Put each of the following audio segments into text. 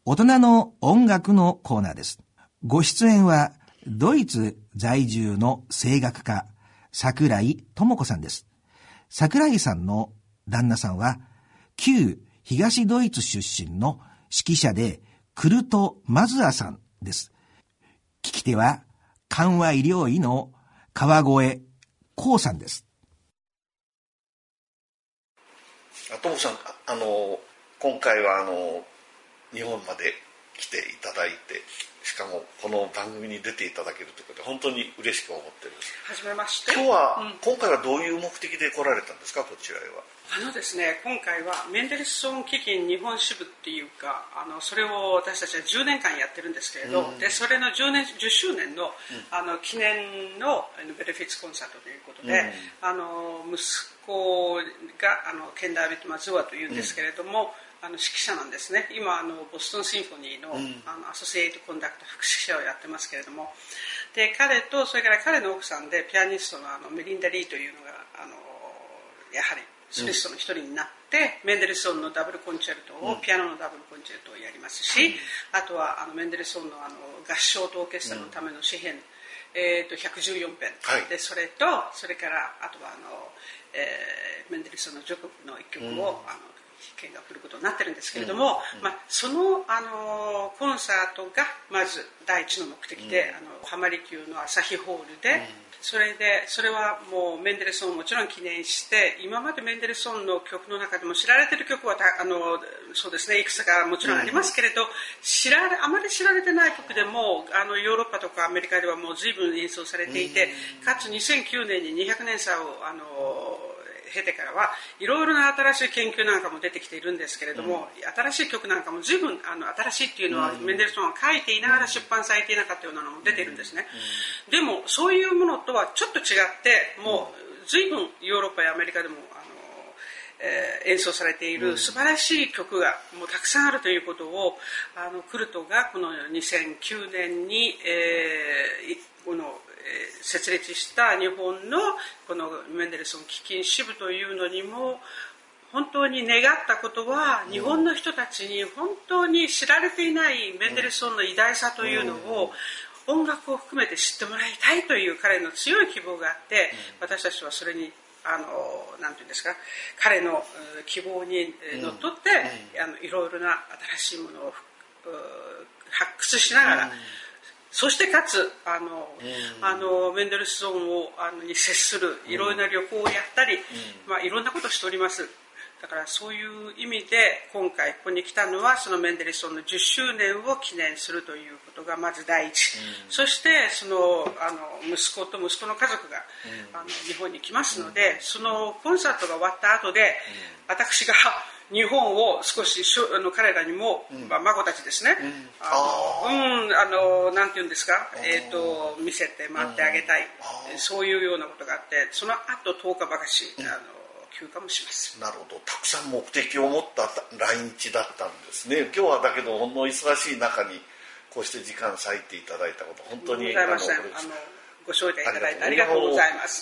大人の音楽のコーナーです。ご出演はドイツ在住の声楽家桜井智子さんです。桜井さんの旦那さんは旧東ドイツ出身の指揮者でクルト・マズアさんです。聞き手は緩和医療医の川越光さんです。 智子さん、今回は日本まで来ていただいて、しかもこの番組に出ていただけるということで本当に嬉しく思っています。 はじめまして。 今回はどういう目的で来られたんですか、こちらへは。 ですね、今回はメンデルソン基金日本支部っていうか、それを私たちは10年間やってるんですけれど、でそれの10周年の、記念のベネフィッツコンサートということで、息子がケンダービット・マズワというんですけれども、指揮者なんですね。今ボストンシンフォニーの、アソシエイトコンダクト副指揮者をやってますけれども、で彼とそれから彼の奥さんでピアニストのメリンダ・リーというのがやはりソリストの一人になって、メンデルソンのダブルコンチェルトを、ピアノのダブルコンチェルトをやりますし、あとはメンデルソンの合唱とオーケストラのための詩編、114編、でそれからあとはメンデルソンの序曲の一曲を、見学することになってるんですけれども、その、コンサートがまず第一の目的で、浜離宮の朝日ホールで、それはもうメンデルソンをもちろん記念して、今までメンデルソンの曲の中でも知られている曲はそうですね、いくつかもちろんありますけれど、あまり知られてない曲でもヨーロッパとかアメリカではもう随分演奏されていて、かつ2009年に200年差を経てからはいろいろな新しい研究なんかも出てきているんですけれども、新しい曲なんかも随分新しいっていうのは、メンデルソンが書いていながら出版されていなかったようなのも出ているんですね。でもそういうものとはちょっと違って、もう随分ヨーロッパやアメリカでも演奏されている素晴らしい曲がもうたくさんあるということをクルトがこの2009年に、この設立した日本のこのメンデルソン基金支部というのにも本当に願ったことは、日本の人たちに本当に知られていないメンデルソンの偉大さというのを音楽を含めて知ってもらいたいという彼の強い希望があって、私たちはそれになんていうんですか、彼の希望にのっとって、いろいろな新しいものを発掘しながら、そしてかつメンデルソンに接するいろいろな旅行をやったり、いろんなことをしております。だからそういう意味で今回ここに来たのは、そのメンデルソンの10周年を記念するということがまず第一、そしてその息子と息子の家族が日本に来ますので、そのコンサートが終わった後で、私が日本を少し彼らにも、孫たちですね、なんていうんですか、見せて回ってあげたい、そういうようなことがあって、その後10日ばかし休暇もします。 なるほど、たくさん目的を持った来日だったんですね。今日はだけどほんの忙しい中にこうして時間割いていただいたこと、本当にご招待いただいてありがとうございます。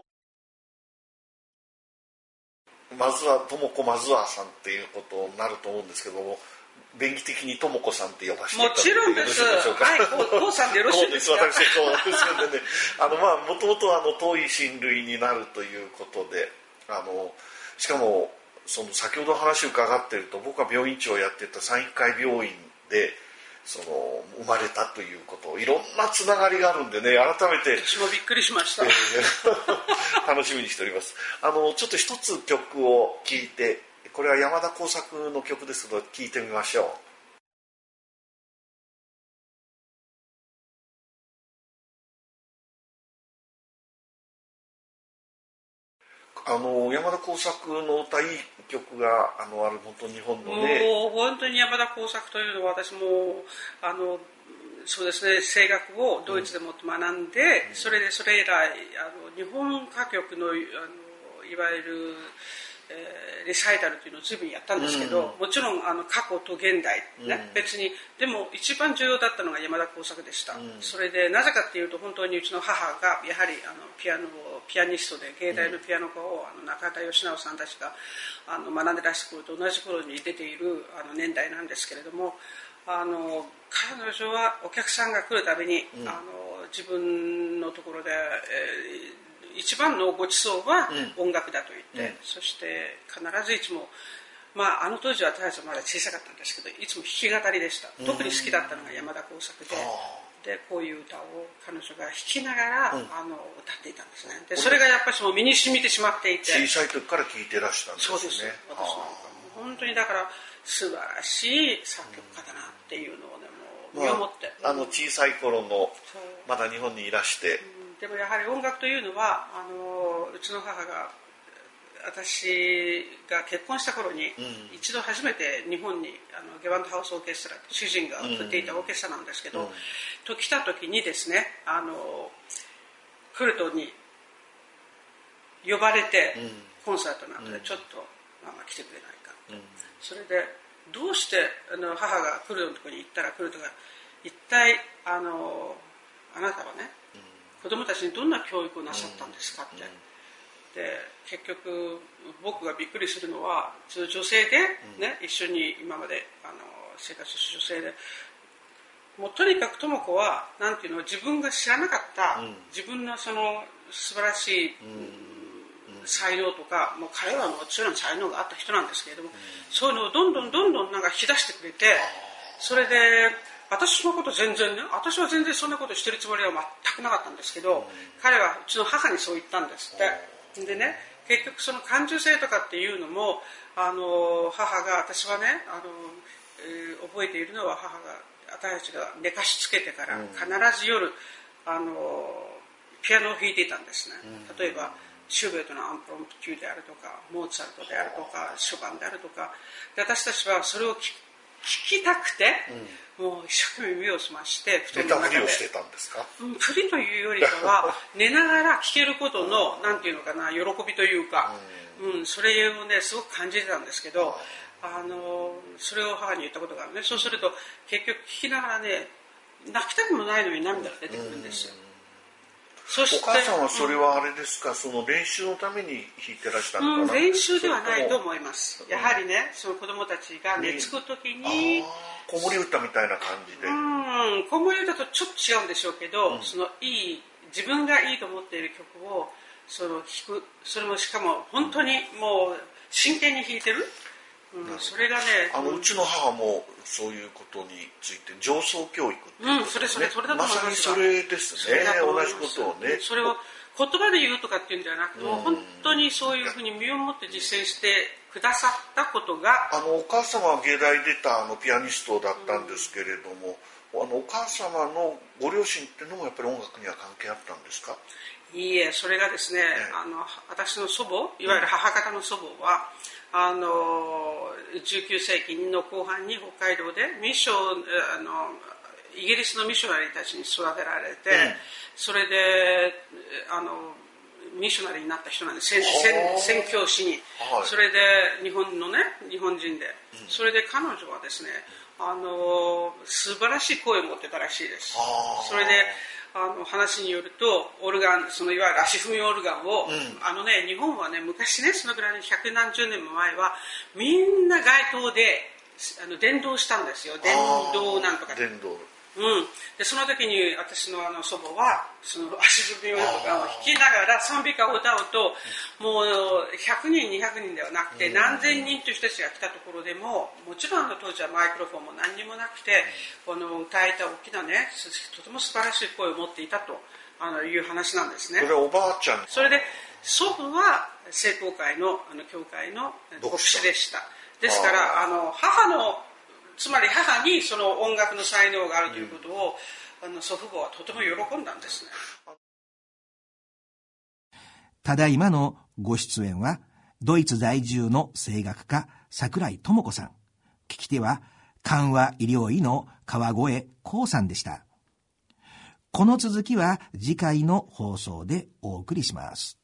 まずは智子マズワさんっていうことになると思うんですけども、便宜的に智子さんって呼ばせていただいてよろしいでしょうか。 はい、こうさんでよろしいですか。 私そうですのでね、もともと遠い親類になるということで、しかもその先ほど話を伺っていると、僕は病院長をやっていた三育会病院で生まれたということ、いろんなつながりがあるんでね、改めて私もびっくりしました。 楽しみにしております。ちょっと一つ曲を聴いて、これは山田耕作の曲ですので聴いてみましょう。山田耕作の歌、いい曲がある本当に日本のね、 もう本当に山田耕作というのは、私もそうですね、声楽をドイツでもって学んで、それ以来日本歌曲のいわゆるリサイタルというのを随分やったんですけど、もちろん過去と現代、ね、別にでも一番重要だったのが山田耕作でした。それでなぜかっていうと、本当にうちの母がやはりピアニストで芸大のピアノ科を中田義直さんたちが学んでらした頃と同じ頃に出ている年代なんですけれども、 彼女はお客さんが来るたびに、自分のところで、一番のご馳走は音楽だと言って、そして必ずいつも、あの当時は私たちはまだ小さかったんですけど、いつも弾き語りでした。特に好きだったのが山田耕作で、こういう歌を彼女が弾きながら、歌っていたんですね。でそれがやっぱりその身に染みてしまっていて、 小さい時から聴いてらしたんですね。 そうです。私なんか本当にだから素晴らしい作曲家だなっていうのをね、もう身をもって、 小さい頃のまだ日本にいらして、 でもやはり音楽というのはうちの母が私が結婚した頃に、一度初めて日本にゲバントハウスオーケストラ、主人が振っていたオーケストラなんですけど、と来た時にですね、クルトに呼ばれて、コンサートの後でちょっとママ来てくれないか、それでどうして母がクルトのところに行ったら、クルトが一体あなたはね、子供たちにどんな教育をなさったんですかって、で結局僕がびっくりするのは、女性で、一緒に今まで生活する女性で、もうとにかく智子はなんていうの、自分が知らなかった、自分のその素晴らしい、才能とか、もう彼はもちろん才能があった人なんですけれども、そういうのをどんどんなんか引き出してくれて、それで私のこと全然ね、私は全然そんなことしてるつもりは全くなかったんですけど、彼はうちの母にそう言ったんですって。でね、結局その感受性とかっていうのも、母が、私はね、覚えているのは、母が私たちが寝かしつけてから必ず夜ピアノを弾いていたんですね。例えばシューベルトのアンプロンプテューであるとか、モーツァルトであるとか、ショパンであるとかで、私たちはそれを聞きたくて、もう一生懸命耳を澄まして寝たふりをしてたんですか？ ふりというよりかは寝ながら聴けることのなんていうのかな、喜びというか、それをねすごく感じてたんですけど、それを母に言ったことがあるね。そうすると結局聴きながらね、泣きたくもないのに涙が出てくるんですよ。 そしてお母さんはそれはあれですか、その練習のために弾いてらしたのかな？ 練習ではないと思います。やはりね、その子供たちが寝つくときに、 子守歌みたいな感じで。 子守歌とちょっと違うんでしょうけど、その自分がいいと思っている曲を弾く、それもしかも本当にもう真剣に弾いてる。それがね、 うちの母もそういうことについて上層教育っていうことですね。 それだと思います。 まさにそれですね。同じことをね。 それを言葉で言うとかっていうんではなくて、もう本当にそういうふうに身をもって実践してくださったことが、 お母様は芸大出たピアニストだったんですけれども、お母様のご両親っていうのもやっぱり音楽には関係あったんですか？ いいえ、それがですね、私の祖母、いわゆる母方の祖母は、19世紀の後半に北海道でイギリスのミッショナリーたちに育てられて、それでミッショナリーになった人なんです。宣教師に、それで日本人で、それで彼女はですね、素晴らしい声を持ってたらしいです。それで話によると、オルガン、そのいわゆる足踏みオルガンを、日本はね、昔ね、そのぐらいの百何十年も前はみんな街頭で伝道したんですよ。伝道なんとかで。でその時に私の祖母はその足踏みオルガンを弾きながら賛美歌を歌うと、もう100人200人ではなくて何千人という人たちが来たところでも、もちろん当時はマイクロフォンも何にもなくて、歌えた大きなね、とても素晴らしい声を持っていたという話なんですね。 それはおばあちゃん。 それで祖父は聖公会の教会の牧師でした。ですからつまり母にその音楽の才能があるということを、祖父母はとても喜んだんですね。 ただいまのご出演はドイツ在住の声楽家桜井智子さん、聞き手は緩和医療医の川越光さんでした。この続きは次回の放送でお送りします。